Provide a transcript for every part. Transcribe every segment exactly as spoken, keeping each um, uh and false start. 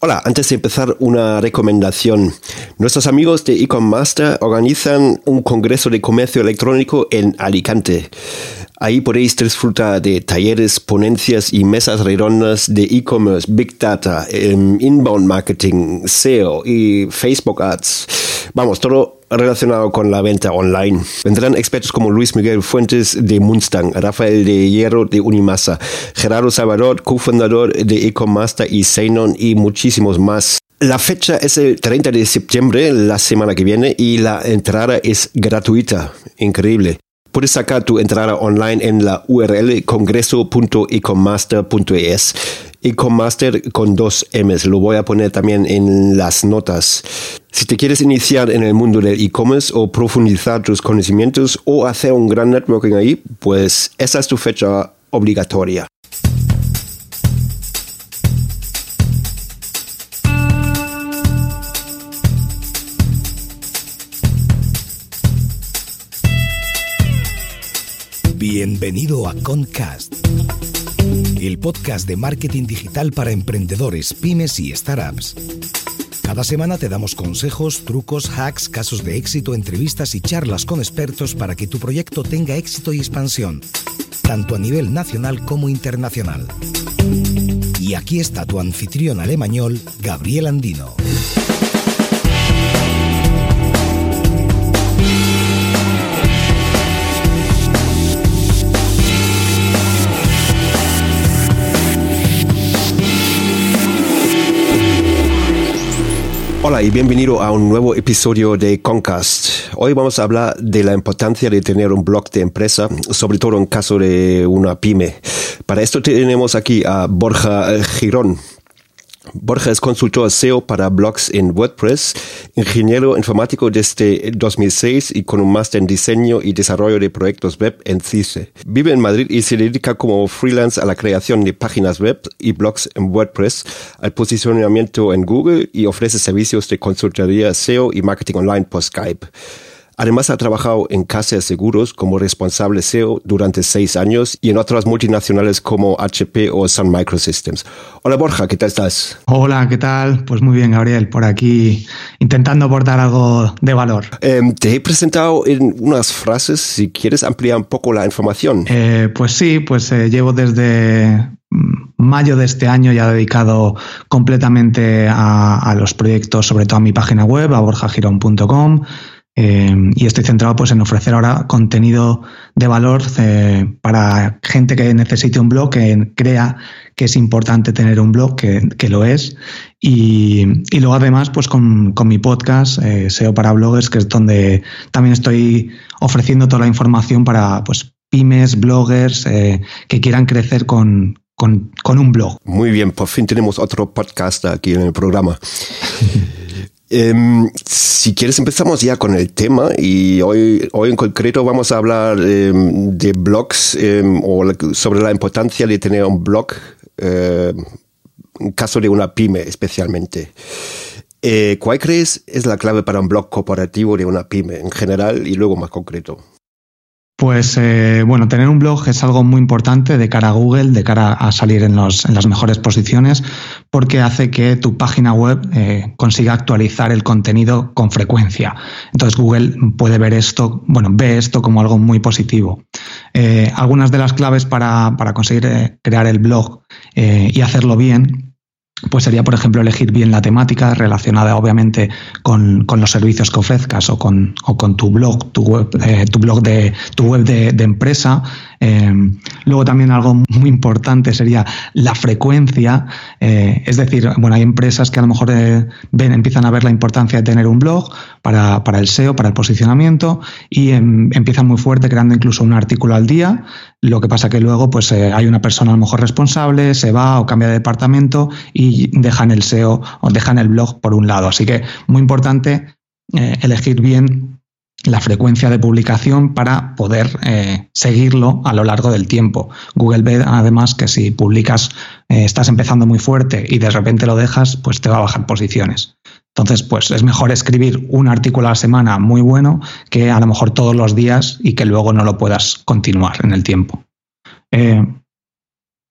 Hola, antes de empezar una recomendación. Nuestros amigos de eComMaster organizan un congreso de comercio electrónico en Alicante. Ahí podéis disfrutar de talleres, ponencias y mesas redondas de e-commerce, Big Data, inbound marketing, S E O y Facebook Ads. Vamos, todo relacionado con la venta online. Vendrán expertos como Luis Miguel Fuentes de Moonstang, Rafael de Hierro de Unimasa, Gerardo Salvador, cofundador de eComMaster y Zeinon y muchísimos más. La fecha es el treinta de septiembre, la semana que viene, y la entrada es gratuita. Increíble. Puedes sacar tu entrada online en la U R L congreso punto ecommaster punto es. eComMaster con dos M's. Lo voy a poner también en las notas. Si te quieres iniciar en el mundo del e-commerce o profundizar tus conocimientos o hacer un gran networking ahí, pues esa es tu fecha obligatoria. Bienvenido a Concast, el podcast de marketing digital para emprendedores, pymes y startups. Cada semana te damos consejos, trucos, hacks, casos de éxito, entrevistas y charlas con expertos para que tu proyecto tenga éxito y expansión, tanto a nivel nacional como internacional. Y aquí está tu anfitrión alemañol, Gabriel Andino. Hola y bienvenido a un nuevo episodio de Concast. Hoy vamos a hablar de la importancia de tener un blog de empresa, sobre todo en caso de una pyme. Para esto tenemos aquí a Borja Girón. Borja es consultor S E O para blogs en WordPress, ingeniero informático desde dos mil seis y con un máster en diseño y desarrollo de proyectos web en CICE. Vive en Madrid y se dedica como freelance a la creación de páginas web y blogs en WordPress, al posicionamiento en Google y ofrece servicios de consultoría S E O y marketing online por Skype. Además, ha trabajado en Caser Seguros como responsable S E O durante seis años y en otras multinacionales como H P o Sun Microsystems. Hola Borja, ¿qué tal estás? Hola, ¿qué tal? Pues muy bien, Gabriel, por aquí intentando aportar algo de valor. Eh, te he presentado en unas frases, si quieres ampliar un poco la información. Eh, pues sí, pues eh, llevo desde mayo de este año ya dedicado completamente a, a los proyectos, sobre todo a mi página web, a borja girón punto com. Eh, y estoy centrado pues en ofrecer ahora contenido de valor eh, para gente que necesite un blog, que crea que es importante tener un blog, que, que lo es. Y, y luego además pues con, con mi podcast eh, S E O para bloggers, que es donde también estoy ofreciendo toda la información para pues pymes, bloggers eh, que quieran crecer con, con, con un blog. Muy bien, por fin tenemos otro podcast aquí en el programa. Um, si quieres empezamos ya con el tema y hoy, hoy en concreto vamos a hablar um, de blogs um, o la, sobre la importancia de tener un blog uh, en caso de una pyme especialmente. Eh, ¿Cuál crees es la clave para un blog corporativo de una pyme en general y luego más concreto? Pues eh, bueno, tener un blog es algo muy importante de cara a Google, de cara a salir en, los, en las mejores posiciones, porque hace que tu página web eh, consiga actualizar el contenido con frecuencia. Entonces Google puede ver esto, bueno, ve esto como algo muy positivo. Eh, algunas de las claves para, para conseguir eh, crear el blog eh, y hacerlo bien, pues sería, por ejemplo, elegir bien la temática relacionada, obviamente, con, con los servicios que ofrezcas o con, o con tu blog, tu web, eh, tu blog de tu web de, de empresa. Eh, luego también algo muy importante sería la frecuencia. Eh, es decir, bueno, hay empresas que a lo mejor eh, ven, empiezan a ver la importancia de tener un blog para, para el S E O, para el posicionamiento y eh, empiezan muy fuerte creando incluso un artículo al día. Lo que pasa que luego pues eh, hay una persona a lo mejor responsable, se va o cambia de departamento y dejan el S E O o dejan el blog por un lado. Así que muy importante eh, elegir bien la frecuencia de publicación para poder eh, seguirlo a lo largo del tiempo. Google ve además que si publicas, eh, estás empezando muy fuerte y de repente lo dejas, pues te va a bajar posiciones. Entonces, pues es mejor escribir un artículo a la semana muy bueno que a lo mejor todos los días y que luego no lo puedas continuar en el tiempo. Eh,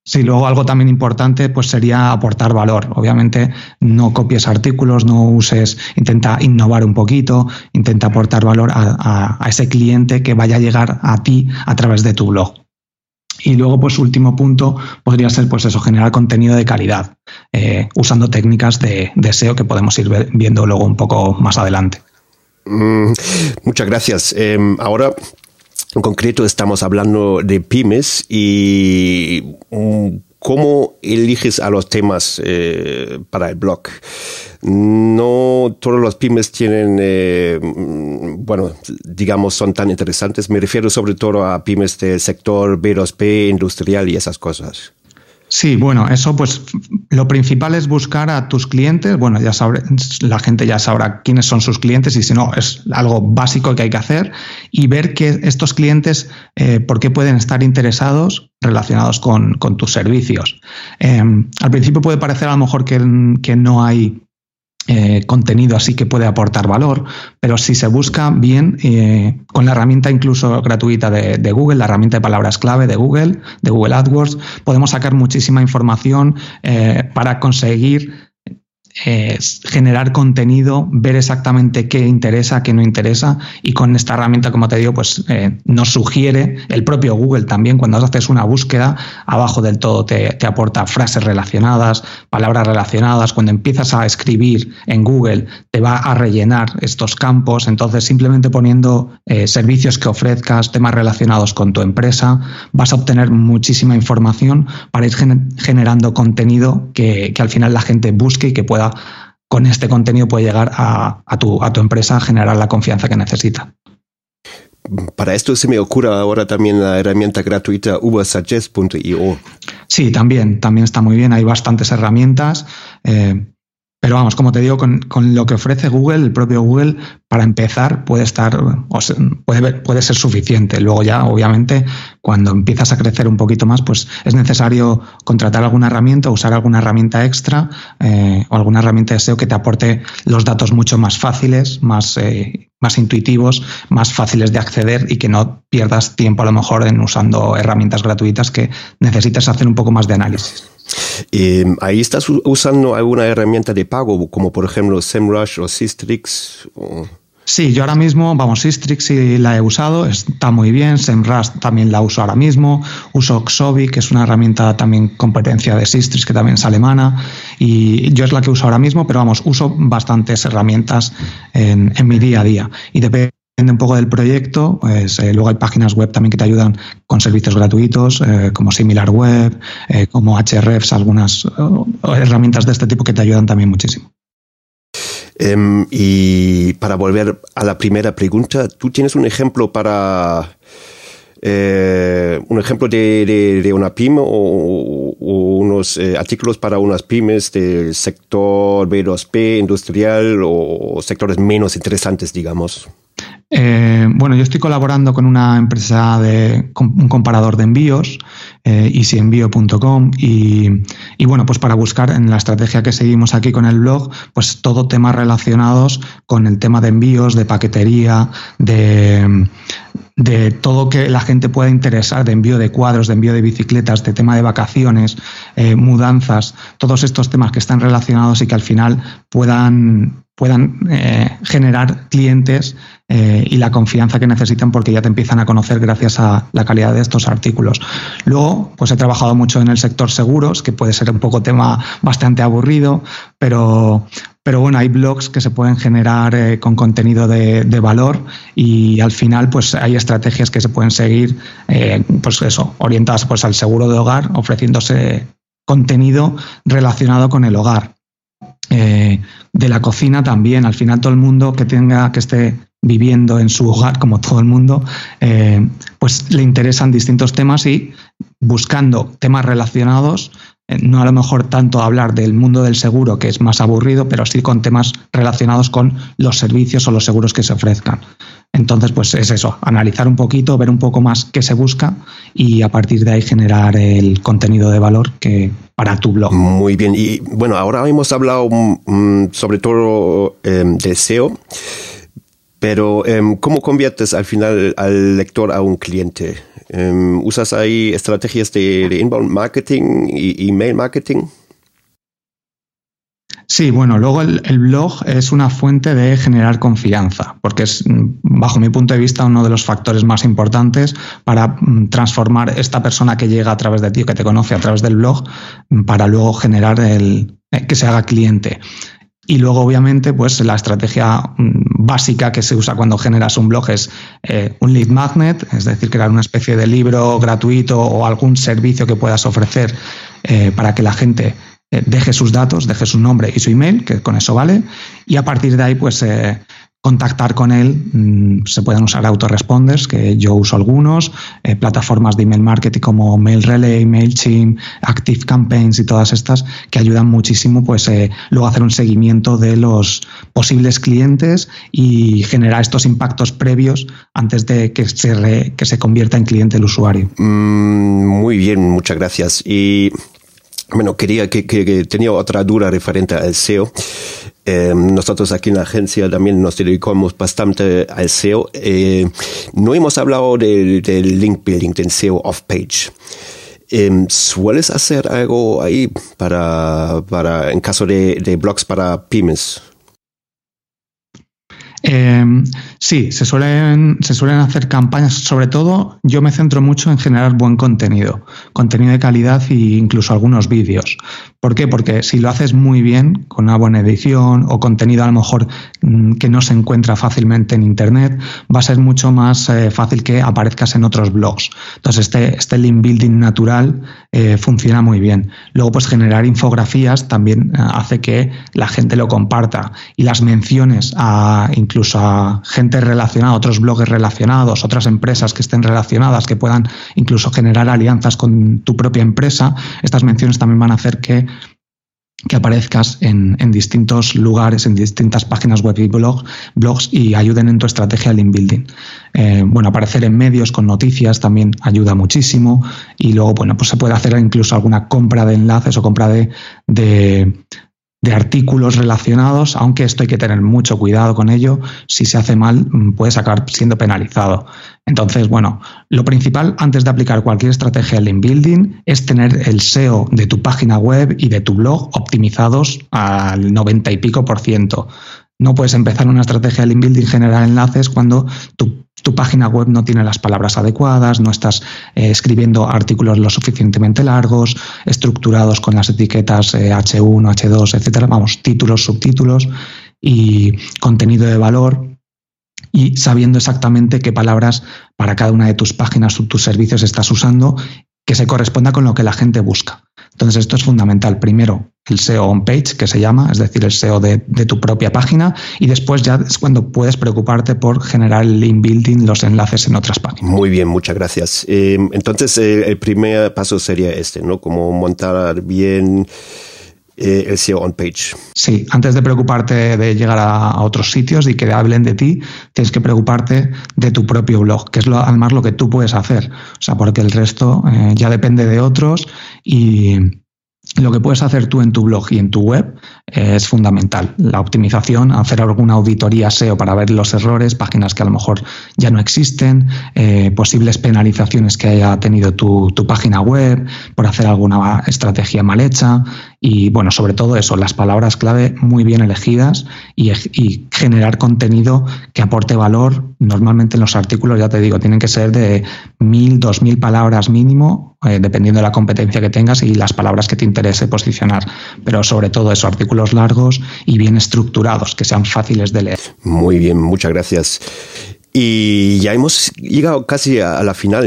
Sí, luego algo también importante pues sería aportar valor. Obviamente no copies artículos, no uses, intenta innovar un poquito, intenta aportar valor a, a, a ese cliente que vaya a llegar a ti a través de tu blog. Y luego, pues último punto, podría ser pues eso, generar contenido de calidad, eh, usando técnicas de, de S E O que podemos ir viendo luego un poco más adelante. Mm, muchas gracias. Eh, ahora... En concreto estamos hablando de pymes y um, cómo eliges a los temas eh, para el blog. No todos los pymes tienen, eh, bueno, digamos, son tan interesantes. Me refiero sobre todo a pymes del sector B dos B, industrial y esas cosas. Sí, bueno, eso pues lo principal es buscar a tus clientes. Bueno, ya sabré, la gente ya sabrá quiénes son sus clientes y si no, es algo básico que hay que hacer y ver que estos clientes, eh, por qué pueden estar interesados relacionados con, con tus servicios. Eh, al principio puede parecer a lo mejor que, que no hay Eh, contenido así que puede aportar valor, pero si se busca bien eh, con la herramienta incluso gratuita de, de Google, la herramienta de palabras clave de Google, de Google AdWords, podemos sacar muchísima información eh, para conseguir eh, generar contenido, ver exactamente qué interesa, qué no interesa, y con esta herramienta, como te digo, pues eh, nos sugiere el propio Google también. Cuando haces una búsqueda, abajo del todo te, te aporta frases relacionadas, palabras relacionadas. Cuando empiezas a escribir en Google te va a rellenar estos campos. Entonces, simplemente poniendo eh, servicios que ofrezcas, temas relacionados con tu empresa, vas a obtener muchísima información para ir gen- generando contenido que, que al final la gente busque y que pueda, con este contenido puede llegar a, a, tu, a tu empresa a generar la confianza que necesita. Para esto se me ocurre ahora también la herramienta gratuita ubersuggest punto io. Sí, también, también está muy bien. Hay bastantes herramientas. Eh, pero vamos, como te digo, con, con lo que ofrece Google, el propio Google, para empezar puede estar, o sea, puede, puede ser suficiente. Luego ya, obviamente, cuando empiezas a crecer un poquito más, pues es necesario contratar alguna herramienta, usar alguna herramienta extra eh, o alguna herramienta de S E O que te aporte los datos mucho más fáciles, más, eh, más intuitivos, más fáciles de acceder y que no pierdas tiempo a lo mejor en usando herramientas gratuitas que necesitas hacer un poco más de análisis. Eh, ahí estás usando alguna herramienta de pago, como por ejemplo SEMrush o Sistrix. O... Sí, yo ahora mismo, vamos, Sistrix sí la he usado, está muy bien. SEMrush también la uso ahora mismo. Uso Xovi, que es una herramienta también competencia de Sistrix, que también es alemana. Y yo es la que uso ahora mismo, pero vamos, uso bastantes herramientas en, en mi día a día. Y depende un poco del proyecto, pues eh, luego hay páginas web también que te ayudan con servicios gratuitos, eh, como SimilarWeb, eh, como Ahrefs, algunas eh, herramientas de este tipo que te ayudan también muchísimo. Um, y para volver a la primera pregunta, ¿tú tienes un ejemplo para eh, un ejemplo de, de, de una pyme o, o unos eh, artículos para unas pymes del sector B dos B, industrial o sectores menos interesantes, digamos? Eh, bueno, yo estoy colaborando con una empresa de un comparador de envíos, eh, easyenvio punto com, y, y bueno, pues para buscar en la estrategia que seguimos aquí con el blog, pues todo temas relacionados con el tema de envíos, de paquetería, de, de todo que la gente pueda interesar, de envío de cuadros, de envío de bicicletas, de tema de vacaciones, eh, mudanzas, todos estos temas que están relacionados y que al final puedan puedan eh, generar clientes eh, y la confianza que necesitan porque ya te empiezan a conocer gracias a la calidad de estos artículos. Luego, pues he trabajado mucho en el sector seguros, que puede ser un poco tema bastante aburrido, pero, pero bueno, hay blogs que se pueden generar eh, con contenido de, de valor y al final pues hay estrategias que se pueden seguir, eh, pues eso, orientadas pues al seguro de hogar, ofreciéndose contenido relacionado con el hogar. Eh, de la cocina también, al final todo el mundo que tenga, que esté viviendo en su hogar, como todo el mundo, eh, pues le interesan distintos temas y buscando temas relacionados, eh, no a lo mejor tanto hablar del mundo del seguro, que es más aburrido, pero sí con temas relacionados con los servicios o los seguros que se ofrezcan. Entonces, pues es eso, analizar un poquito, ver un poco más qué se busca y a partir de ahí generar el contenido de valor que para tu blog. Muy bien. Y bueno, ahora hemos hablado um, sobre todo um, de S E O, Pero um, ¿cómo conviertes al final al lector a un cliente? Um, ¿Usas ahí estrategias de, de inbound marketing y email marketing? Sí, bueno, luego el, el blog es una fuente de generar confianza, porque es, bajo mi punto de vista, uno de los factores más importantes para transformar esta persona que llega a través de ti, que te conoce a través del blog, para luego generar el que se haga cliente. Y luego, obviamente, pues la estrategia básica que se usa cuando generas un blog es eh, un lead magnet, es decir, crear una especie de libro gratuito o algún servicio que puedas ofrecer eh, para que la gente eh, deje sus datos, deje su nombre y su email, que con eso vale, y a partir de ahí, pues eh, contactar con él. Mmm, se pueden usar autoresponders, que yo uso algunos, eh, plataformas de email marketing como MailRelay, MailChimp, ActiveCampaigns y todas estas que ayudan muchísimo, pues eh, luego a hacer un seguimiento de los posibles clientes y generar estos impactos previos antes de que se, re, que se convierta en cliente el usuario. Mm, muy bien, muchas gracias. Y bueno, quería que, que, que tenía otra duda referente al S E O. Eh, nosotros aquí en la agencia también nos dedicamos bastante al S E O. Eh, no hemos hablado del, del link building, del S E O off-page. Eh, ¿Sueles hacer algo ahí para, para en caso de, de blogs para pymes? Eh, sí, se suelen, se suelen hacer campañas. Sobre todo, yo me centro mucho en generar buen contenido, contenido de calidad e incluso algunos vídeos. ¿Por qué? Porque si lo haces muy bien, con una buena edición o contenido a lo mejor mmm, que no se encuentra fácilmente en Internet, va a ser mucho más eh, fácil que aparezcas en otros blogs. Entonces, este, este link building natural eh, funciona muy bien. Luego, pues generar infografías también eh, hace que la gente lo comparta, y las menciones a incluso a gente relacionada, otros blogs relacionados, otras empresas que estén relacionadas, que puedan incluso generar alianzas con tu propia empresa. Estas menciones también van a hacer que que aparezcas en, en distintos lugares, en distintas páginas web y blog, blogs y ayuden en tu estrategia de link building. Eh, bueno, aparecer en medios con noticias también ayuda muchísimo, y luego, bueno, pues se puede hacer incluso alguna compra de enlaces o compra de, de, de artículos relacionados, aunque esto hay que tener mucho cuidado con ello. Si se hace mal, puedes acabar siendo penalizado. Entonces, bueno, lo principal antes de aplicar cualquier estrategia de link building es tener el S E O de tu página web y de tu blog optimizados al noventa y pico por ciento. No puedes empezar una estrategia de link building, generar enlaces, cuando tu, tu página web no tiene las palabras adecuadas, no estás eh, escribiendo artículos lo suficientemente largos, estructurados con las etiquetas eh, hache uno, hache dos, etcétera. Vamos, títulos, subtítulos y contenido de valor, y sabiendo exactamente qué palabras para cada una de tus páginas o tus servicios estás usando, que se corresponda con lo que la gente busca. Entonces, esto es fundamental. Primero, el S E O on-page, que se llama, es decir, el S E O de, de tu propia página, y después ya es cuando puedes preocuparte por generar el link building, los enlaces en otras páginas. Muy bien, muchas gracias. Eh, entonces, eh, el primer paso sería este, ¿no? Como montar bien Eh, el S E O on-page. Sí, antes de preocuparte de llegar a, a otros sitios y que hablen de ti, tienes que preocuparte de tu propio blog, que es lo, además lo que tú puedes hacer. O sea, porque el resto eh, ya depende de otros, y lo que puedes hacer tú en tu blog y en tu web eh, es fundamental. La optimización, hacer alguna auditoría S E O para ver los errores, páginas que a lo mejor ya no existen, eh, posibles penalizaciones que haya tenido tu, tu página web por hacer alguna estrategia mal hecha, y bueno, sobre todo eso, las palabras clave muy bien elegidas, y, y generar contenido que aporte valor. Normalmente en los artículos, ya te digo, tienen que ser de mil, dos mil palabras mínimo, eh, dependiendo de la competencia que tengas y las palabras que te interese posicionar. Pero sobre todo eso, artículos largos y bien estructurados, que sean fáciles de leer. Muy bien, muchas gracias. Y ya hemos llegado casi a la final.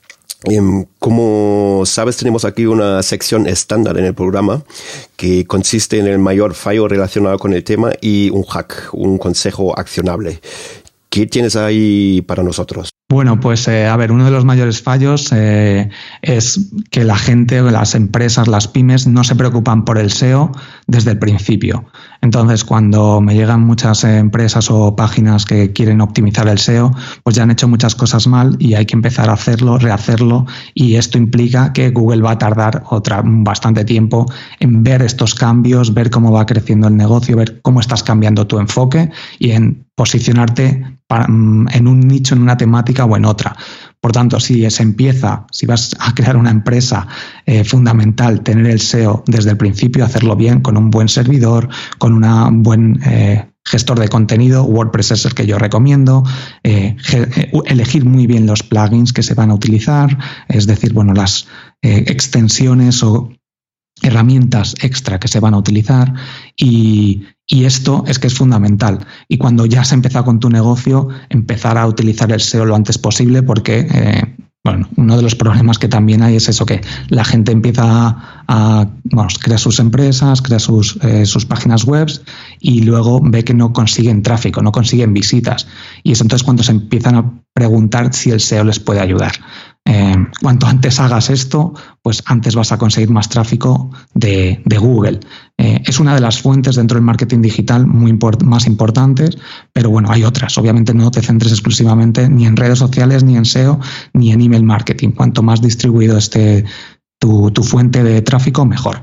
Como sabes, tenemos aquí una sección estándar en el programa que consiste en el mayor fallo relacionado con el tema y un hack, un consejo accionable. ¿Qué tienes ahí para nosotros? Bueno, pues eh, a ver, uno de los mayores fallos eh, es que la gente, las empresas, las pymes no se preocupan por el S E O desde el principio. Entonces, cuando me llegan muchas eh, empresas o páginas que quieren optimizar el S E O, pues ya han hecho muchas cosas mal y hay que empezar a hacerlo, rehacerlo, y esto implica que Google va a tardar otra, bastante tiempo en ver estos cambios, ver cómo va creciendo el negocio, ver cómo estás cambiando tu enfoque y en posicionarte para, en un nicho, en una temática o en otra. Por tanto, si se empieza, si vas a crear una empresa, eh, fundamental tener el S E O desde el principio, hacerlo bien, con un buen servidor, con un buen eh, gestor de contenido. WordPress es el que yo recomiendo. Eh, ge, elegir muy bien los plugins que se van a utilizar, es decir, bueno, las eh, extensiones o herramientas extra que se van a utilizar, y, y esto es que es fundamental. Y cuando ya has empezado con tu negocio, empezar a utilizar el S E O lo antes posible, porque eh, bueno, uno de los problemas que también hay es eso, que la gente empieza a, a bueno, crea sus empresas, crea sus, eh, sus páginas web y luego ve que no consiguen tráfico, no consiguen visitas. Y es entonces cuando se empiezan a preguntar si el S E O les puede ayudar. Eh, cuanto antes hagas esto, pues antes vas a conseguir más tráfico de, de Google. Eh, es una de las fuentes dentro del marketing digital muy import- más importantes, pero bueno, hay otras. Obviamente no te centres exclusivamente ni en redes sociales, ni en S E O, ni en email marketing. Cuanto más distribuido esté tu, tu fuente de tráfico, mejor.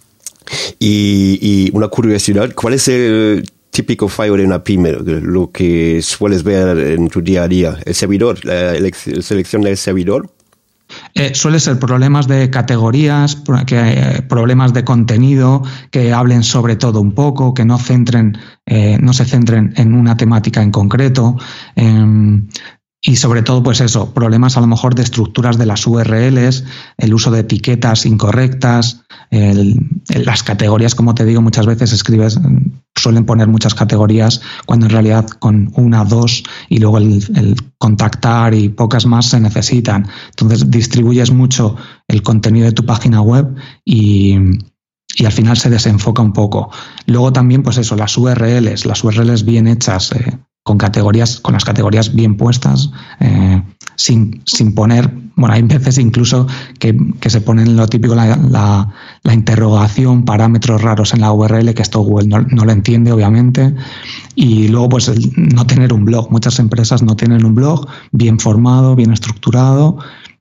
Y, y una curiosidad, ¿cuál es el típico fallo de una pyme, lo que sueles ver en tu día a día? ¿El servidor, la elec- selección del servidor? Eh, suele ser problemas de categorías, que, eh, problemas de contenido, que hablen sobre todo un poco, que no centren, eh, no se centren en una temática en concreto. Eh, Y sobre todo, pues eso, problemas a lo mejor de estructuras de las U R Ls, el uso de etiquetas incorrectas, el, el, las categorías, como te digo, muchas veces escribes, suelen poner muchas categorías cuando en realidad con una, dos y luego el, el contactar y pocas más se necesitan. Entonces distribuyes mucho el contenido de tu página web y... y al final se desenfoca un poco. Luego también, pues eso, las U R Ls, las U R Ls bien hechas, eh, con categorías, con las categorías bien puestas, eh, sin, sin poner, bueno, hay veces incluso que, que se ponen lo típico, la, la, la interrogación, parámetros raros en la U R L, que esto Google no, no lo entiende, obviamente. Y luego, pues, el no tener un blog. Muchas empresas no tienen un blog bien formado, bien estructurado,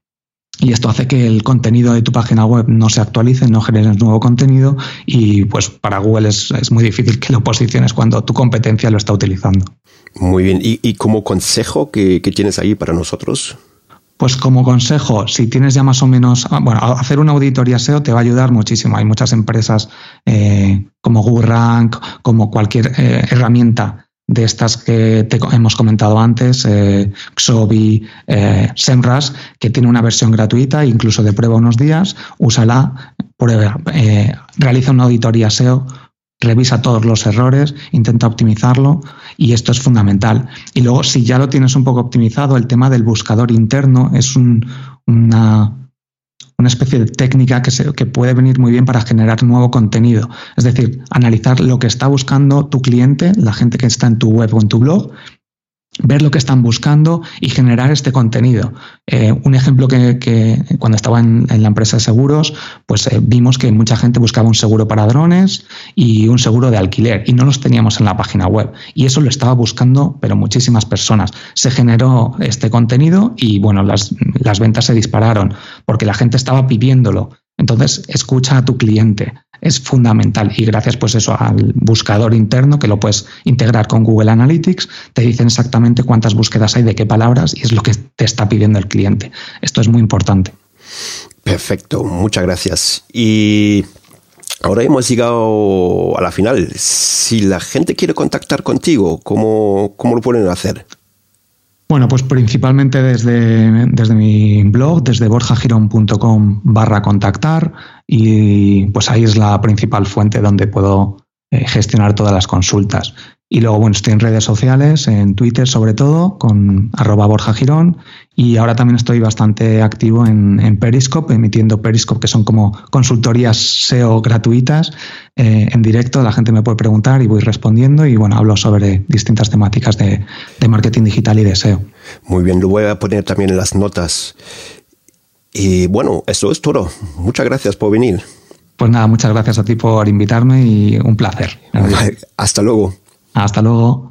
y esto hace que el contenido de tu página web no se actualice, no generes nuevo contenido, y pues para Google es, es muy difícil que lo posiciones cuando tu competencia lo está utilizando. Muy bien. ¿Y, y como consejo que, que tienes ahí para nosotros? Pues como consejo, si tienes ya más o menos... Bueno, hacer una auditoría S E O te va a ayudar muchísimo. Hay muchas empresas eh, como GoRank, como cualquier eh, herramienta de estas que te hemos comentado antes, eh, Xovi, eh, SEMrush, que tiene una versión gratuita, incluso de prueba unos días. Úsala, prueba, eh, realiza una auditoría S E O, revisa todos los errores, intenta optimizarlo, y esto es fundamental. Y luego, si ya lo tienes un poco optimizado, el tema del buscador interno es un, una... una especie de técnica que, se, que puede venir muy bien para generar nuevo contenido. Es decir, analizar lo que está buscando tu cliente, la gente que está en tu web o en tu blog, ver lo que están buscando y generar este contenido. Eh, un ejemplo que, que cuando estaba en, en la empresa de seguros, pues eh, vimos que mucha gente buscaba un seguro para drones y un seguro de alquiler, y no los teníamos en la página web. Y eso lo estaba buscando, pero muchísimas personas. Se generó este contenido y, bueno, las, las ventas se dispararon porque la gente estaba pidiéndolo. Entonces, escucha a tu cliente. Es fundamental, y gracias pues eso al buscador interno, que lo puedes integrar con Google Analytics, te dicen exactamente cuántas búsquedas hay, de qué palabras, y es lo que te está pidiendo el cliente. Esto es muy importante. Perfecto, muchas gracias. Y ahora hemos llegado a la final. Si la gente quiere contactar contigo, ¿cómo, cómo lo pueden hacer? Bueno, pues principalmente desde, desde mi blog, desde borjagirón punto com barra contactar, y pues ahí es la principal fuente donde puedo eh, gestionar todas las consultas. Y luego, bueno, estoy en redes sociales, en Twitter sobre todo, con arroba borjagirón, y ahora también estoy bastante activo en, en Periscope, emitiendo Periscope, que son como consultorías S E O gratuitas, eh, en directo. La gente me puede preguntar y voy respondiendo, y bueno, hablo sobre distintas temáticas de, de marketing digital y de S E O. Muy bien, lo voy a poner también en las notas. Y bueno, eso es todo. Muchas gracias por venir. Pues nada, muchas gracias a ti por invitarme y un placer. Hasta luego. Hasta luego.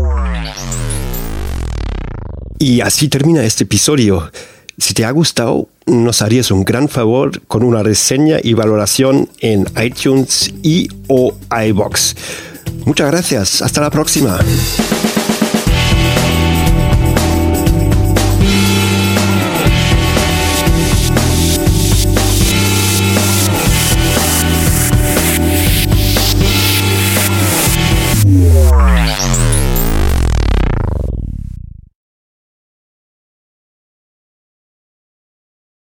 Y así termina este episodio. Si te ha gustado, nos harías un gran favor con una reseña y valoración en iTunes y o iVoox. Muchas gracias. Hasta la próxima.